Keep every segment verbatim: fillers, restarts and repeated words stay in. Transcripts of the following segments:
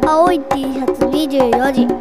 青い T シャツにじゅうよじ。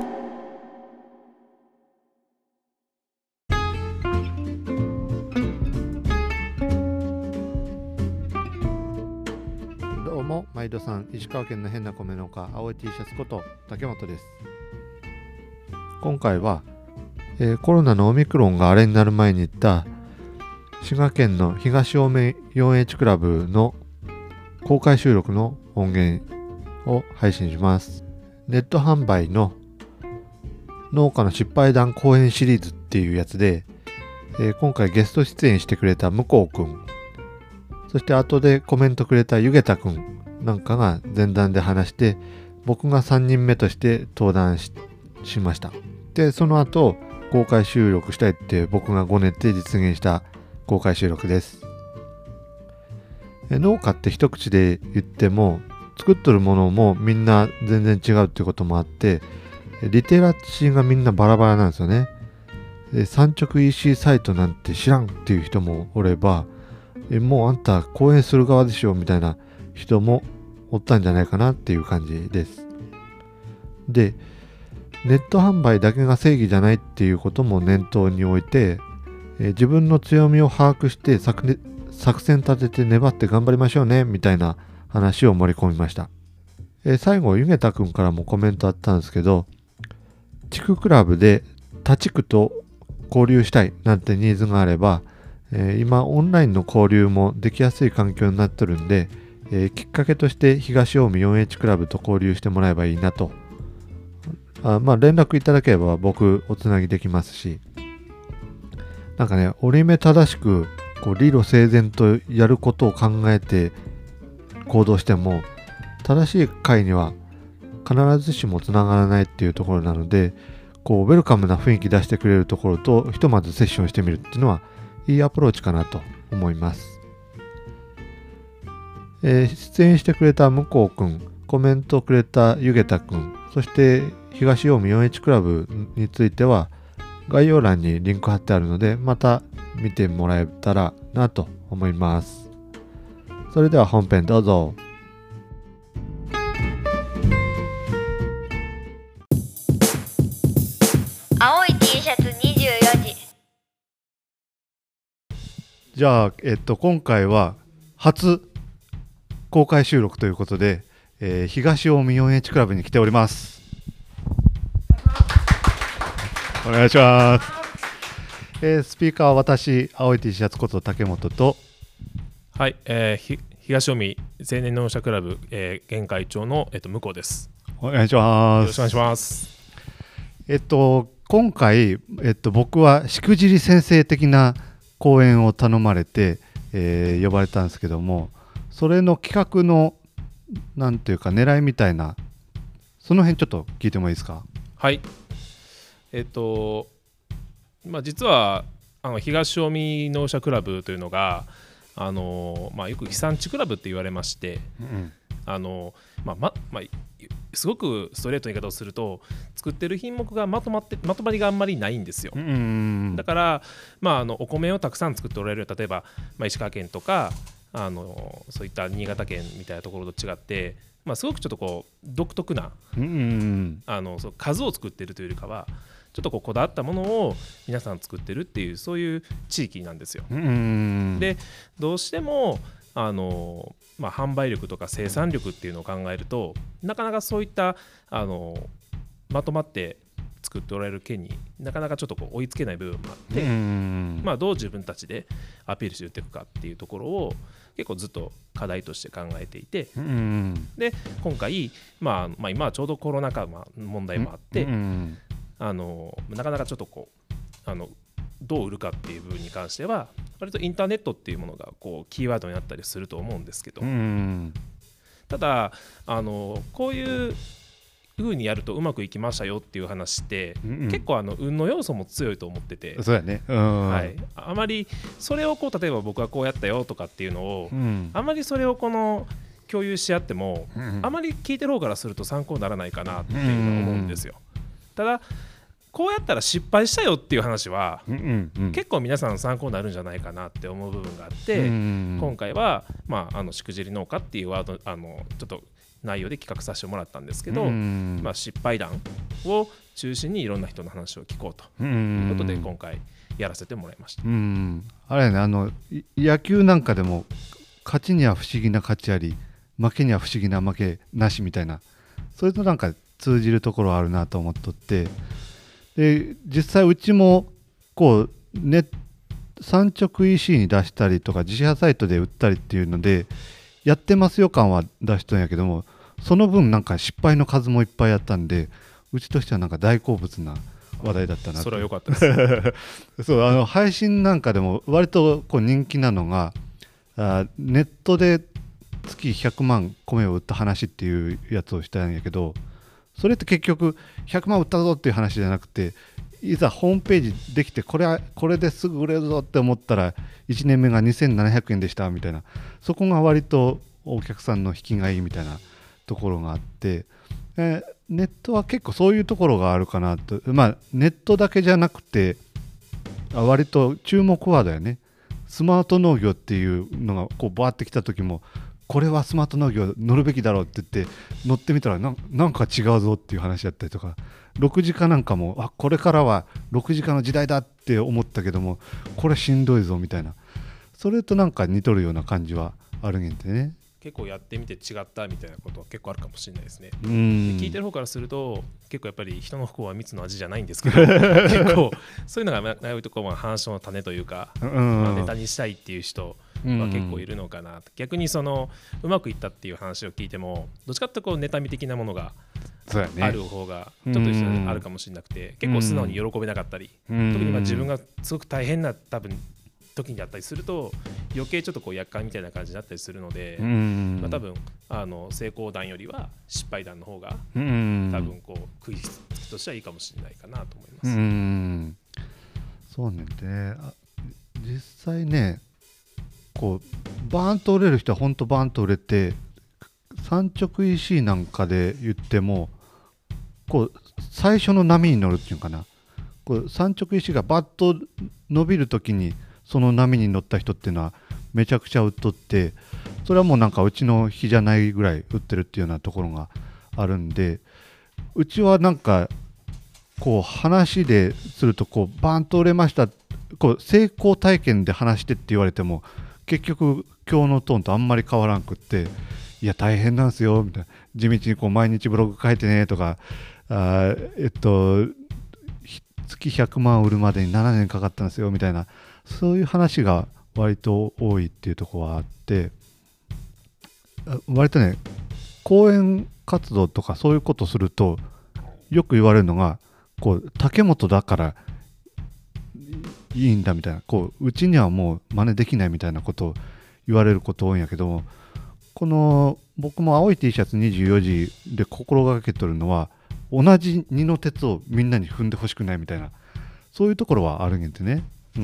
どうも毎度さん、石川県の変な米農家青い T シャツこと竹本です。今回は、えーコロナのオミクロンがあれになる前に行った滋賀県の東青梅 フォーエイチ クラブの公開収録の音源を配信します。ネット販売の農家の失敗談講演シリーズっていうやつで、えー今回ゲスト出演してくれた向こうくん、そして後でコメントくれたゆげたくんなんかが前段で話して、僕がさんにんめとして登壇 し, しました。でその後公開収録したいって僕がごねて実現した公開収録です。え農家って一口で言っても作っとるものもみんな全然違うっていうこともあって、リテラシーがみんなバラバラなんですよね。で産直 イーシー サイトなんて知らんっていう人もおれば、えもうあんた講演する側でしょみたいな人もおったんじゃないかなっていう感じです。でネット販売だけが正義じゃないっていうことも念頭に置いて、え自分の強みを把握して作,、ね、作戦立てて粘って頑張りましょうねみたいな話を盛り込みました。え最後ゆげたくんからもコメントあったんですけど、地区クラブで他地区と交流したいなんてニーズがあれば、えー今オンラインの交流もできやすい環境になってるんで、えーきっかけとして東近江 フォーエイチ クラブと交流してもらえばいいなと。あまあ連絡いただければ僕おつなぎできますし、なんかね折り目正しくこう理路整然とやることを考えて行動しても正しい会には必ずしもつながらないっていうところなので、こうウェルカムな雰囲気出してくれるところとひとまずセッションしてみるっていうのはいいアプローチかなと思います。えー出演してくれた向こうくん、コメントをくれたゆげたくん、そして東近江 フォーエイチ クラブについては概要欄にリンク貼ってあるので、また見てもらえたらなと思います。それでは本編どうぞ。 青い T シャツにじゅうよじ。 じゃあ、えっと、今回は初公開収録ということで、えー東近江 フォーエイチ クラブに来ております。お願いします。えースピーカーは私、青い T シャツこと竹本と、 はい、えーひ東近江青年農者クラブ、えー、現会長の、えっと、向こうです。 お願いします。 よろしくお願いします。 えっと、今回、えっと、僕はしくじり先生的な講演を頼まれて、えー呼ばれたんですけども、それの企画のなんていうか狙いみたいな、その辺ちょっと聞いてもいいですか？ はい。えっと、まあ、実はあの東近江農者クラブというのが、あのまあ、よく被産地クラブって言われまして、 うんあのまあままあ、すごくストレートな言い方をすると、作ってる品目がまとまってまとまりがあんまりないんですよ。 うんうんだから、まあ、あのお米をたくさん作っておられる、例えば、まあ、石川県とかあのそういった新潟県みたいなところと違って、まあ、すごくちょっとこう独特なうんうんあのそう数を作ってるというよりかは、ちょっとこうこだわったものを皆さん作ってるっていう、そういう地域なんですよ。 うんうんでどうしてもあの、まあ、販売力とか生産力っていうのを考えると、なかなかそういったあのまとまって作っておられる県になかなかちょっとこう追いつけない部分もあって、 うんまあ、どう自分たちでアピールして売っていくかっていうところを結構ずっと課題として考えていて、 うんで今回、まあ、まあ今はちょうどコロナ禍の問題もあって、 うんあのなかなかちょっとこうあのどう売るかっていう部分に関しては割とインターネットっていうものがこうキーワードになったりすると思うんですけど、 うんただあのこういう風にやるとうまくいきましたよっていう話って、 うん結構あの運の要素も強いと思ってて、 そうやね。うんはい、あまりそれをこう例えば僕はこうやったよとかっていうのを、 うんあまりそれをこの共有し合っても、 うんあまり聞いてる方からすると参考にならないかなっていうのは思うんですよ。ただこうやったら失敗したよっていう話は、 うんうんうん結構皆さん参考になるんじゃないかなって思う部分があって、 うん今回は、まあ、あのしくじり農家っていうワード、あのちょっと内容で企画させてもらったんですけど、 うんまあ、失敗談を中心にいろんな人の話を聞こうとういうんことで今回やらせてもらいました。 うんあれね、あのい野球なんかでも勝ちには不思議な勝ちあり負けには不思議な負けなしみたいな、それとなんか通じるところあるなと思っとって、で実際うちもこうネ産直 イーシー に出したりとか自社サイトで売ったりっていうのでやってますよ感は出しとんやけども、その分なんか失敗の数もいっぱいあったんで、うちとしてはなんか大好物な話題だったなと。 それは良かったですそう、あの配信なんかでも割とこう人気なのが、あネットで月ひゃくまん米を売った話っていうやつをしたんやけど、それって結局ひゃくまん売ったぞっていう話じゃなくて、いざホームページできてこれこれですぐ売れるぞって思ったらいちねんめがにせんななひゃくえんでしたみたいな、そこが割とお客さんの引きがいいみたいなところがあって、えーネットは結構そういうところがあるかなと。まあネットだけじゃなくてあ割と注目ワードやね、スマート農業っていうのがこうバーってきた時も、これはスマート農業乗るべきだろうって言って乗ってみたら な, なんか違うぞっていう話だったりとか、ろくじかなんかもあこれからはろくじかの時代だって思ったけどもこれしんどいぞみたいな、それとなんか似とるような感じはあるんでね。 結構やってみて違ったみたいなことは結構あるかもしれないですね。 うん聞いてる方からすると結構やっぱり人の不幸は蜜の味じゃないんですけど結構そういうのが悩むところは話の種というか、 うんまあ、ネタにしたいっていう人は結構いるのかなと。逆にそのうまくいったっていう話を聞いてもどっちかっていうとこう妬み的なものがそうやねある方がちょっと一緒にあるかもしれなくて、結構素直に喜べなかったり、 うん特にまあ自分がすごく大変な多分時にあったりすると余計ちょっとこう厄介みたいな感じになったりするので、 うんまあ、多分あの成功談よりは失敗談の方がうん多分こう食いつきとしてはいいかもしれないかなと思います。 うんそうねんね。あ実際ねこうバーンと売れる人は本当バーンと売れて、産直 イーシー なんかで言ってもこう最初の波に乗るっていうかな、こう産直 イーシー がバッと伸びるときにその波に乗った人っていうのはめちゃくちゃ売っとって、それはもうなんかうちの比じゃないぐらい売ってるっていうようなところがあるんで、うちはなんかこう話でするとこうバーンと売れました、こう成功体験で話してって言われても結局今日のトーンとあんまり変わらんくって、いや大変なんですよみたいな、地道にこう毎日ブログ書いてねとか、あえっと月ひゃくまん売るまでにななねんかかったんですよみたいな、そういう話が割と多いっていうところはあって、割とね講演活動とかそういうことするとよく言われるのが、こう竹本だからいいんだみたいな、こううちにはもう真似できないみたいなことを言われること多いんやけど、この僕も青い T シャツにじゅうよじで心がけてるのは同じ二の鉄をみんなに踏んでほしくないみたいな、そういうところはあるんやてね。うん、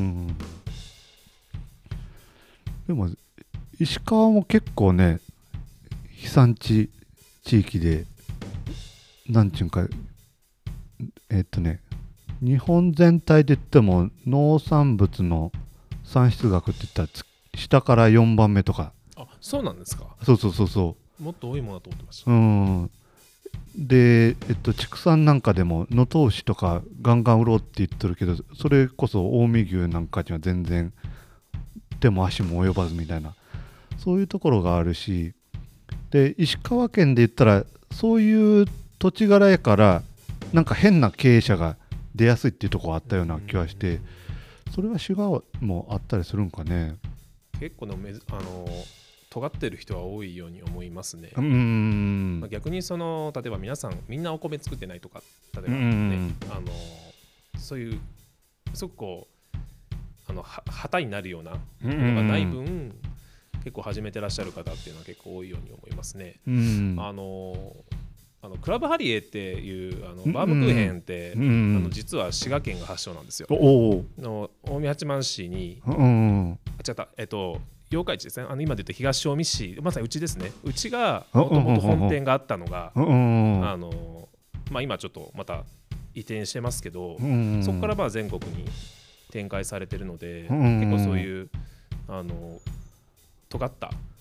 でも石川も結構ね被災地地域でなんちゅうんかえっとね日本全体で言っても農産物の産出額って言ったらつ下からよんばんめとか。 あ、そうなんですか。 そうそうそうそう、 もっと多いものだと思ってました。 うんで、えっと、畜産なんかでも能登牛とかガンガン売ろうって言ってるけど、それこそ近江牛なんかには全然手も足も及ばずみたいな、そういうところがあるし、で石川県で言ったらそういう土地柄やからなんか変な経営者が出やすいっていうところがあったような気がして、それは滋賀もあったりするんかね。 結構ね、めずあの尖ってる人は多いように思いますね。 うーん、 まあ、逆にその例えば皆さんみんなお米作ってないとか、例えばうね、 んあのそういうすごくこうあのは旗になるようなのがない分、結構始めてらっしゃる方っていうのは結構多いように思いますね。 うんあのあのクラブハリエっていうあのバームクーヘンって、 うんうんあの実は滋賀県が発祥なんですよ。 おお、 の近江八幡市に、 うんあ違ったえっと八日市ですね。あの今で言うと東近江市、まさにうちですね。うちがもともと本店があったのが、 うんあのまあ、今ちょっとまた移転してますけど、 うんそこからまあ全国に展開されてるので、 うん結構そういうあの尖った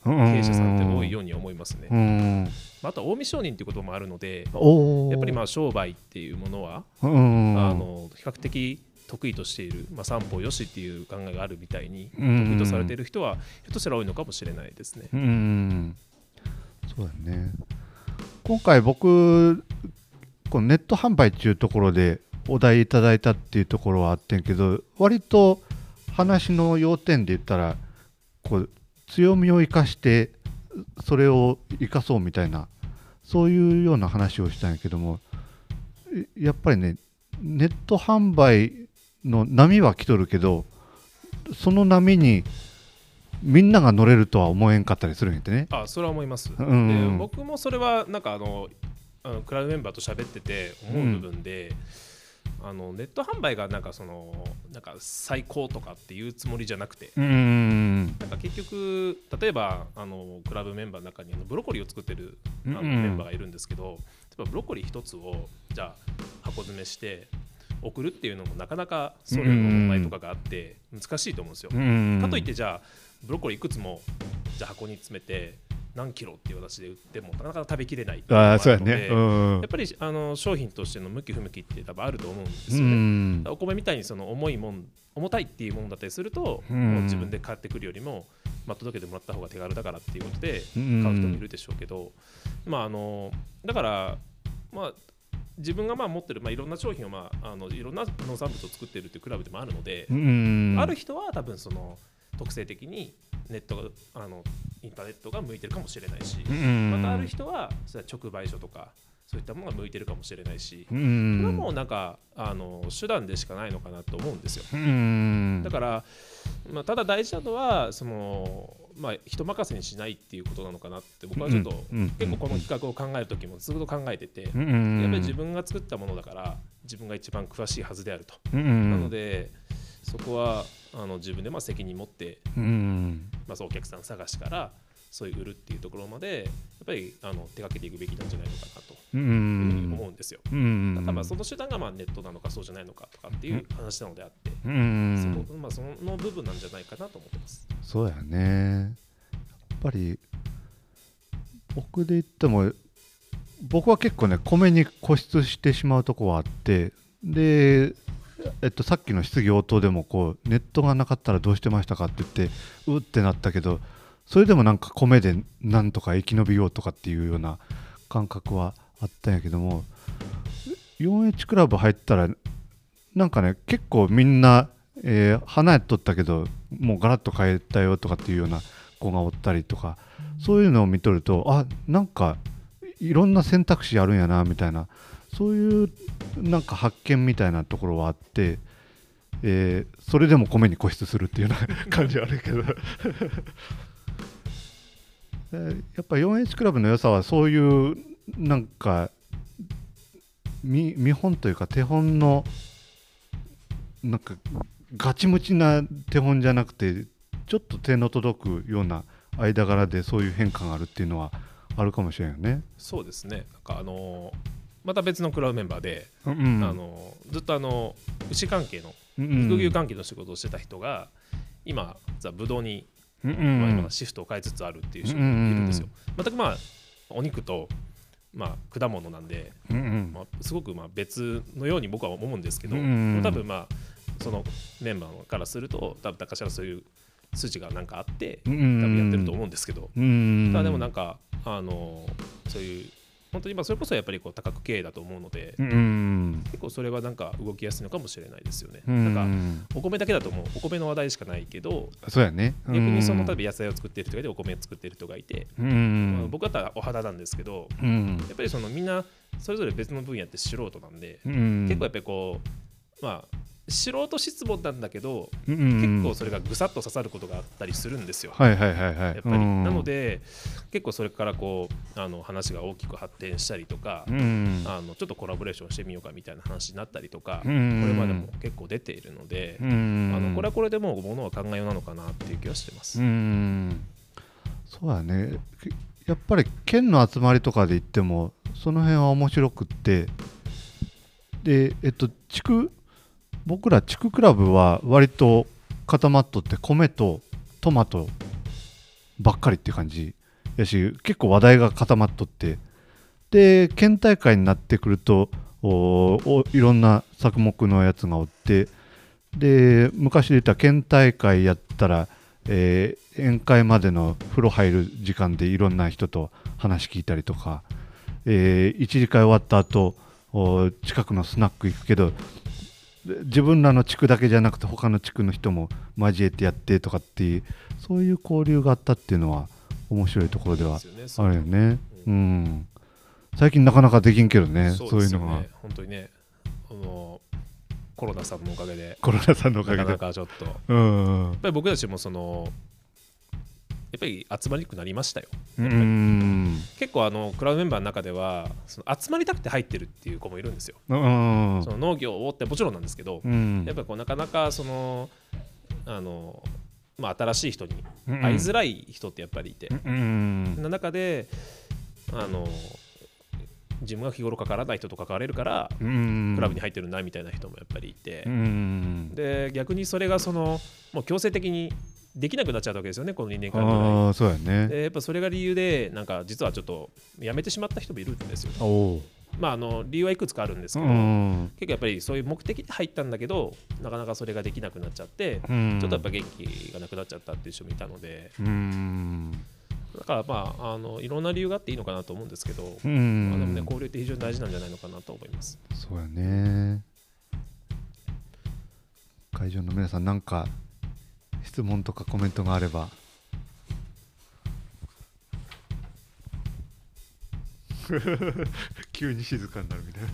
経営者さんって多いように思いますね。 うん、 あとは近江商人ということもあるので、 おやっぱりまあ商売っていうものは、 うん、 あの比較的得意としている、まあ、三方よしっていう考えがあるみたいに、得意とされている人はひょっとしたら多いのかもしれないですね。 うん、そうだね。今回僕このネット販売っていうところでお題いただいたっていうところはあってんけど、割と話の要点で言ったらこう強みを生かしてそれを生かそうみたいな、そういうような話をしたんやけども、やっぱりねネット販売の波は来とるけど、その波にみんなが乗れるとは思えんかったりするんやってね。 あ、それは思います、 うん、 で僕もそれはなんかあのあのクラウドメンバーと喋ってて思う部分で、うん、あのネット販売がなんかそのなんか最高とかっていうつもりじゃなくて、 うん、 なんか結局例えばあのクラブメンバーの中にあのブロッコリーを作ってるあのうん、 メンバーがいるんですけど、例えばブロッコリー一つをじゃあ箱詰めして送るっていうのもなかなか送料の問題とかがあって難しいと思うんですよ、うん、かといってじゃあブロッコリーいくつもじゃあ箱に詰めて何キロっていう形で売ってもなかなか食べきれないっていうのがあるので、 うん、 やっぱりあの商品としての向き不向きって多分あると思うんですよね、うん、お米みたいにその重いもん重たいっていうものだったりすると、うん、もう自分で買ってくるよりも、まあ、届けてもらった方が手軽だからっていうことで買う人もいるでしょうけど、うん、まああのだからまあ自分がまあ持ってる、まあ、いろんな商品を、まあ、あのいろんな農産物を作っているというクラブでもあるので、うん、ある人は多分その特性的にネットがあのインターネットが向いてるかもしれないし、うん、またある人はそれは直売所とかそういったものが向いてるかもしれないし、うん、それはもうなんかあの手段でしかないのかなと思うんですよ、うん、だから、まあ、ただ大事なのはその、まあ、人任せにしないっていうことなのかなって僕はちょっと、うん、結構この企画を考えるときもずっと考えてて、うん、やっぱり自分が作ったものだから自分が一番詳しいはずであると、うん、なのでそこはあの自分でまあ責任持って、うんまあ、そうお客さん探しからそういう売るっていうところまでやっぱりあの手掛けていくべきなんじゃないのかなというふうに思うんですよ。うん、多分その手段がまあネットなのかそうじゃないのかとかっていう話なのであって、うん、そこ、まあ、その部分なんじゃないかなと思ってます。 そうやね。やっぱり僕で言っても僕は結構ね米に固執してしまうところはあって、でえっと、さっきの質疑応答でもこうネットがなかったらどうしてましたかって言ってうってなったけど、それでもなんか米でなんとか生き延びようとかっていうような感覚はあったんやけども、 フォーエイチ クラブ入ったらなんかね結構みんな、えー、離れとったけどもうガラッと変えたよとかっていうような子がおったりとか、そういうのを見とるとあなんかいろんな選択肢あるんやなみたいな、そういうなんか発見みたいなところはあって、えー、それでも米に固執するっていうような感じはあるけどやっぱ フォーエイチ クラブの良さはそういうなんか 見, 見本というか手本のなんかガチムチな手本じゃなくてちょっと手の届くような間柄でそういう変化があるっていうのはあるかもしれないよね。 そうですね。なんかあのーまた別のクラブメンバーで、うんうん、あのずっとあの牛関係の肉牛関係の仕事をしてた人が今ブドウに、うんうんまあ、今シフトを変えつつあるっていう人がいるんですよ、うんうん、全くまあお肉と、まあ、果物なんで、うんうんまあ、すごくまあ別のように僕は思うんですけど、うんうん、多分まあそのメンバーからすると多分高橋はそういう筋がなんかあって、うんうん、多分やってると思うんですけど、うんうん、ただでもなんかあのそういう本当に今それこそやっぱりこう多角経営だと思うので、うん、結構それはなんか動きやすいのかもしれないですよね、うん、なんかお米だけだともうお米の話題しかないけど、 そうやね、 逆にその例えば野菜を作っている人がいてお米を作っている人がいて、うんまあ、僕だったらお肌なんですけど、うん、やっぱりそのみんなそれぞれ別の分野って素人なんで、うん、結構やっぱりこうまあ素人質問なんだけど、うんうん、結構それがぐさっと刺さることがあったりするんですよ、 はいはいはいはい、 やっぱり、うん、なので結構それからこうあの話が大きく発展したりとか、うん、あのちょっとコラボレーションしてみようかみたいな話になったりとか、うん、これまでも結構出ているので、うん、あのこれはこれでもうものは考えようなのかなっていう気はしてます、うん、 そうだね。やっぱり県の集まりとかで言ってもその辺は面白くって、でえっと地区僕ら地区クラブは割と固まっとって米とトマトばっかりって感じやし、結構話題が固まっとって、で県大会になってくるとおおいろんな作目のやつがおって、で昔で言った県大会やったら、えー宴会までの風呂入る時間でいろんな人と話聞いたりとか、えー一次会終わった後お近くのスナック行くけど、自分らの地区だけじゃなくて他の地区の人も交えてやってとかっていう、そういう交流があったっていうのは面白いところではあるよね。うん、最近なかなかできんけどね、 そうそうですよね、 いうのが本当にね、あのコロナさんのおかげでコロナさんのおかげなかでなかちょっと、やっうんぱり僕たちもそのやっぱり集まりにくくなりましたよ。 うやっぱりん結構あのクラブメンバーの中ではその集まりたくて入ってるっていう子もいるんですよ。 うんその農業をってもちろんなんですけど、 うんやっぱりこうなかなかそのあの、まあ、新しい人に会いづらい人ってやっぱりいて、 うんその中であの自分が日頃関わらない人と関われるからうんクラブに入ってるんだみたいな人もやっぱりいて、 うんで逆にそれがそのもう強制的にできなくなっちゃったわけですよね、このにねんかんぐらい。 ああそうやね。 でやっぱそれが理由でなんか実はちょっと辞めてしまった人もいるんですよ。 おおまああの理由はいくつかあるんですけうど、 ん結構やっぱりそういう目的で入ったんだけどなかなかそれができなくなっちゃって、 うんちょっとやっぱ元気がなくなっちゃったっていう人もいたので、 うんだからまああのいろんな理由があっていいのかなと思うんですけど、 うんまあ、でもね交流って非常に大事なんじゃないのかなと思います。 そうやね。会場の皆さんなんか質問とかコメントがあれば急に静かになるみたいな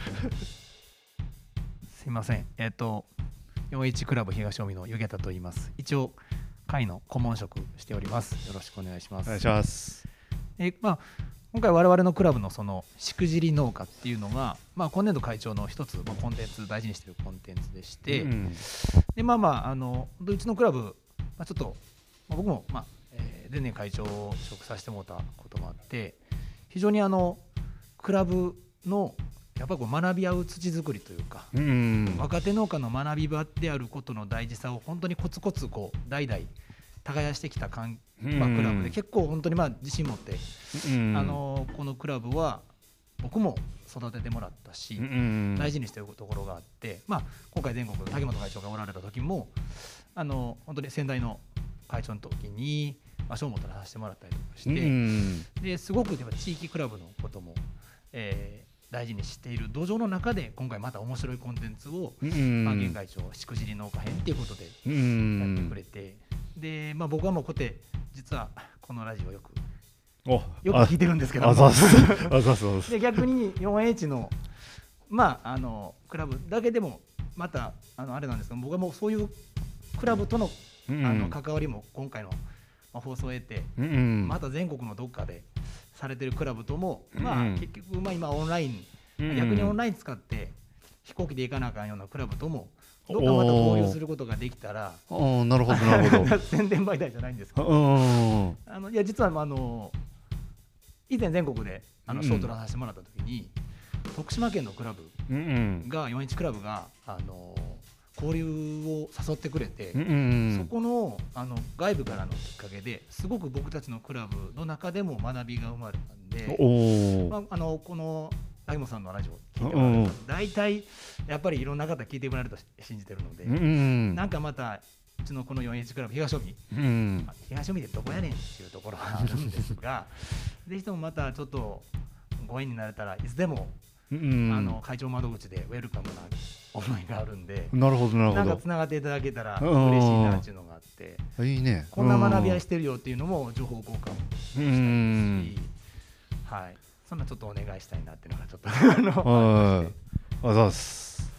すいません。えっ、と、よんじゅういちクラブ東近江の湯桁と言います。一応、会の顧問職しております。よろしくお願いします。 お願いします。 えーまあ、今回我々のクラブのそのしくじり農家っていうのが、まあ、今年度会長の一つ、まあ、コンテンツ大事にしているコンテンツでして、 うんでまあまああのうちのクラブ、まあ、ちょっと、まあ、僕も、まあえー前年会長を職させてもらったこともあって非常にあのクラブのやっぱりこう学び合う土作りというか、 うん若手農家の学び場であることの大事さを本当にコツコツこう代々耕してきたかん、まあ、クラブで結構本当にまあ自信持って、 うんあのこのクラブは僕も育ててもらったし、 うん大事にしているところがあって、まあ、今回全国竹本会長がおられた時もあの本当に先代の会長の時にまあ賞も取らさせてもらったりとかして、 うんですごくやっぱ地域クラブのことも、えー大事にしている土壌の中で今回また面白いコンテンツを、 うんまあ、現会長しくじり農家編っていうことでうやってんくれて、で、まあ、僕はもうこうやって実はこのラジオよくおよく聞いてるんですけどもあざっすあざっすあざっすで逆に よんエイチ のまああのクラブだけでもまたあのあれなんですけど僕はもうそういうクラブとのあの関わりも今回のまあ放送を得てうんまた全国のどっかでされてるクラブともまあうん結局まあ今オンラインうん逆にオンライン使って飛行機で行かなあかんようなクラブともどっかまた交流することができたらあーなるほどなるほど宣伝媒体じゃないんですけどうんあのいや実はあの以前全国であのうん賞を取らさせてもらった時に、徳島県のクラブうんがよんじゅういちクラブがあの交流を誘ってくれて、 うんそこのあの外部からのきっかけですごく僕たちのクラブの中でも学びが生まれたんで、 おおまあ、あのこの竹本さんのラジオを聞いてもらえると大体やっぱりいろんな方聞いてもらえると信じてるので、 うんなんかまたうちのこのよんじゅういちクラブ東近江うんまあ東近江でどこやねんっていうところがあるんですがぜひともまたちょっとご縁になれたらいつでも、 うんあの会長窓口でウェルカムな思いがあるんで、 なるほどなるなんかほつながっていただけたらうん嬉しいなっていうのがあって、 どいいねこんな学び合いしてるよっていうのも情報交換もしたいうんですし、はい、そんなちょっとお願いしたいなっていうのがちょっとあのはいあざっす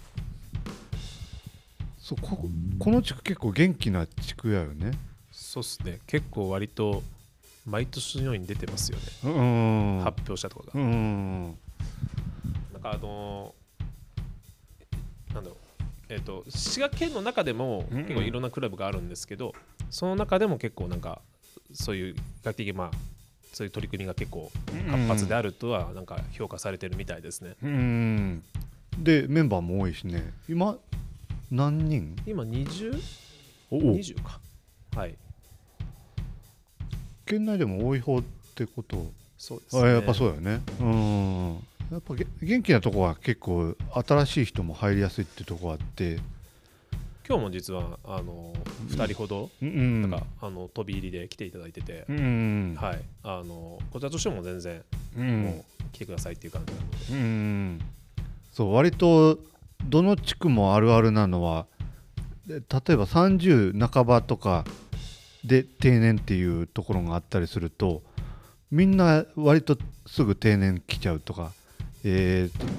そうここの地区結構元気な地区やよねそうっすね、結構割と毎年のように出てますよね、 うん発表したとかが。 うんなんかあのーなんだろう、えっ、と滋賀県の中でもうんうん結構いろんなクラブがあるんですけど、その中でも結構なんかそういう比較的まあそういう取り組みが結構活発であるとはなんか評価されてるみたいですね。 うんでメンバーも多いしね今何人今にじゅう、 おおにじゅうか。はい。 県内でも多い方ってこと。 そうですね。 あ、やっぱそうだよね。うん。やっぱげ元気なとこは結構新しい人も入りやすいってとこあって、 今日も実はあのふたりほど、 うん、 なんかあの飛び入りで来ていただいてて、 うん、 はい、あのこちらとしても全然、 うん、 もう来てくださいっていう感じなので、 うん、そう割とどの地区もあるあるなのは、例えばさんじゅう半ばとかで定年っていうところがあったりすると、みんな割とすぐ定年来ちゃうとか、えー、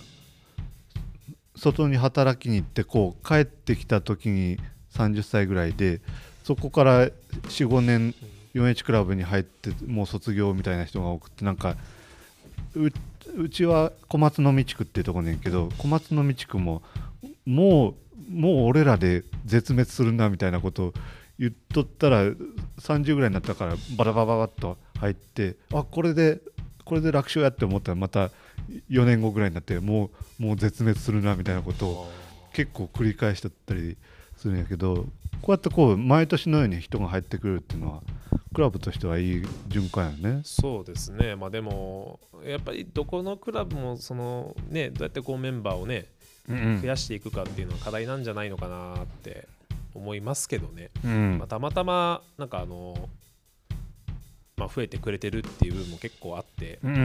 外に働きに行ってこう帰ってきた時にさんじゅっさいぐらいで、そこから よんごねん よんエイチ クラブに入ってもう卒業みたいな人が多くて、なんか う, うちは小松の地区っていうところねんけど、小松の地区ももうもう俺らで絶滅するなみたいなことを言っとったら、さんじゅうぐらいになったからバラバラバラっと入って、あこれでこれで楽勝やって思ったら、またよねんごぐらいになってもうもう絶滅するなみたいなことを結構繰り返しとったりするんやけど、こうやってこう毎年のように人が入ってくるっていうのはクラブとしてはいい循環やね。 そうですね。まあでもやっぱりどこのクラブもそのね、どうやってこうメンバーをね、うんうん、増やしていくかっていうのは課題なんじゃないのかなって思いますけどね、うん、まあ、たまたまなんかあのまあ、増えてくれてるっていう部分も結構あって、うん、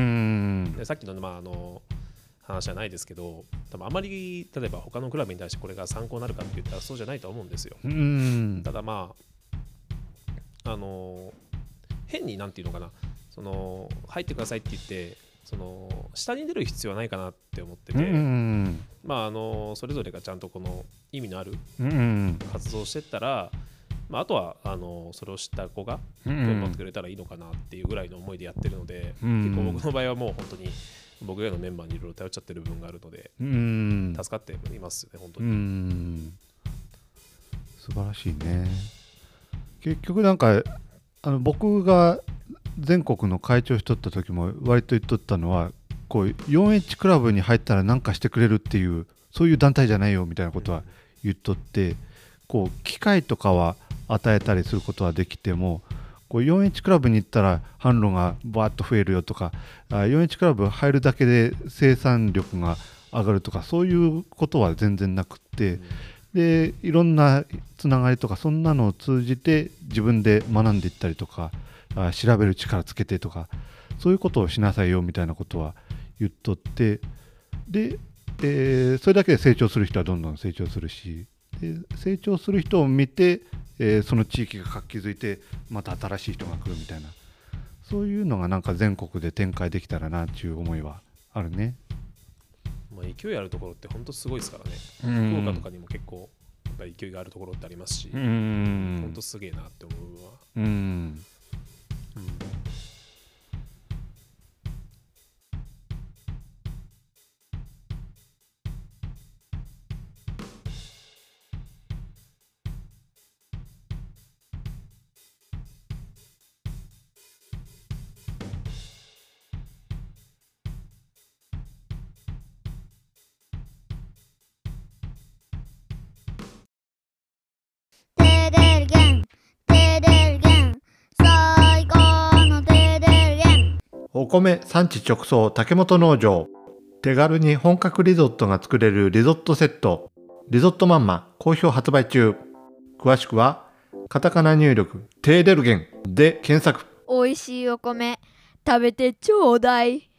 でさっきの、まあ、あの話じゃないですけど、多分あまり例えば他のクラブに対してこれが参考になるかって言ったらそうじゃないと思うんですよ、うん、ただまああの変になんていうのかな、その入ってくださいって言ってその下に出る必要はないかなって思ってて、うん、まああのそれぞれがちゃんとこの意味のある活動をしてったら、まあ、あとはあのそれを知った子が頑張ってくれたらいいのかなっていうぐらいの思いでやってるので、うん、結構僕の場合はもう本当に僕らのメンバーにいろいろ頼っちゃってる部分があるので、うん、助かっていますね本当に、うん、 素晴らしいね。結局なんかあの僕が全国の会長しとった時も割と言っとったのは、こう よんエイチ クラブに入ったら何かしてくれるっていうそういう団体じゃないよみたいなことは言っとって、こう機会とかは与えたりすることはできても、こう よんエイチ クラブに行ったら販路がバーッと増えるよとか、よんエイチ クラブ入るだけで生産力が上がるとか、そういうことは全然なくって、でいろんなつながりとかそんなのを通じて自分で学んでいったりとか、調べる力つけてとか、そういうことをしなさいよみたいなことは言っとって、で、えー、それだけで成長する人はどんどん成長するし、で成長する人を見て、えー、その地域が活気づいてまた新しい人が来るみたいな、そういうのがなんか全国で展開できたらなっていう思いはあるね。 まあ、勢いあるところって本当すごいですからね、うん、福岡とかにも結構やっぱり勢いがあるところってありますし、うん、本当すげえなって思う部分は、うんうんお米産地直送竹本農場、手軽に本格リゾットが作れるリゾットセット、リゾットマンマ好評発売中。詳しくはカタカナ入力テーデルゲンで検索。 おいしいお米食べてちょうだい。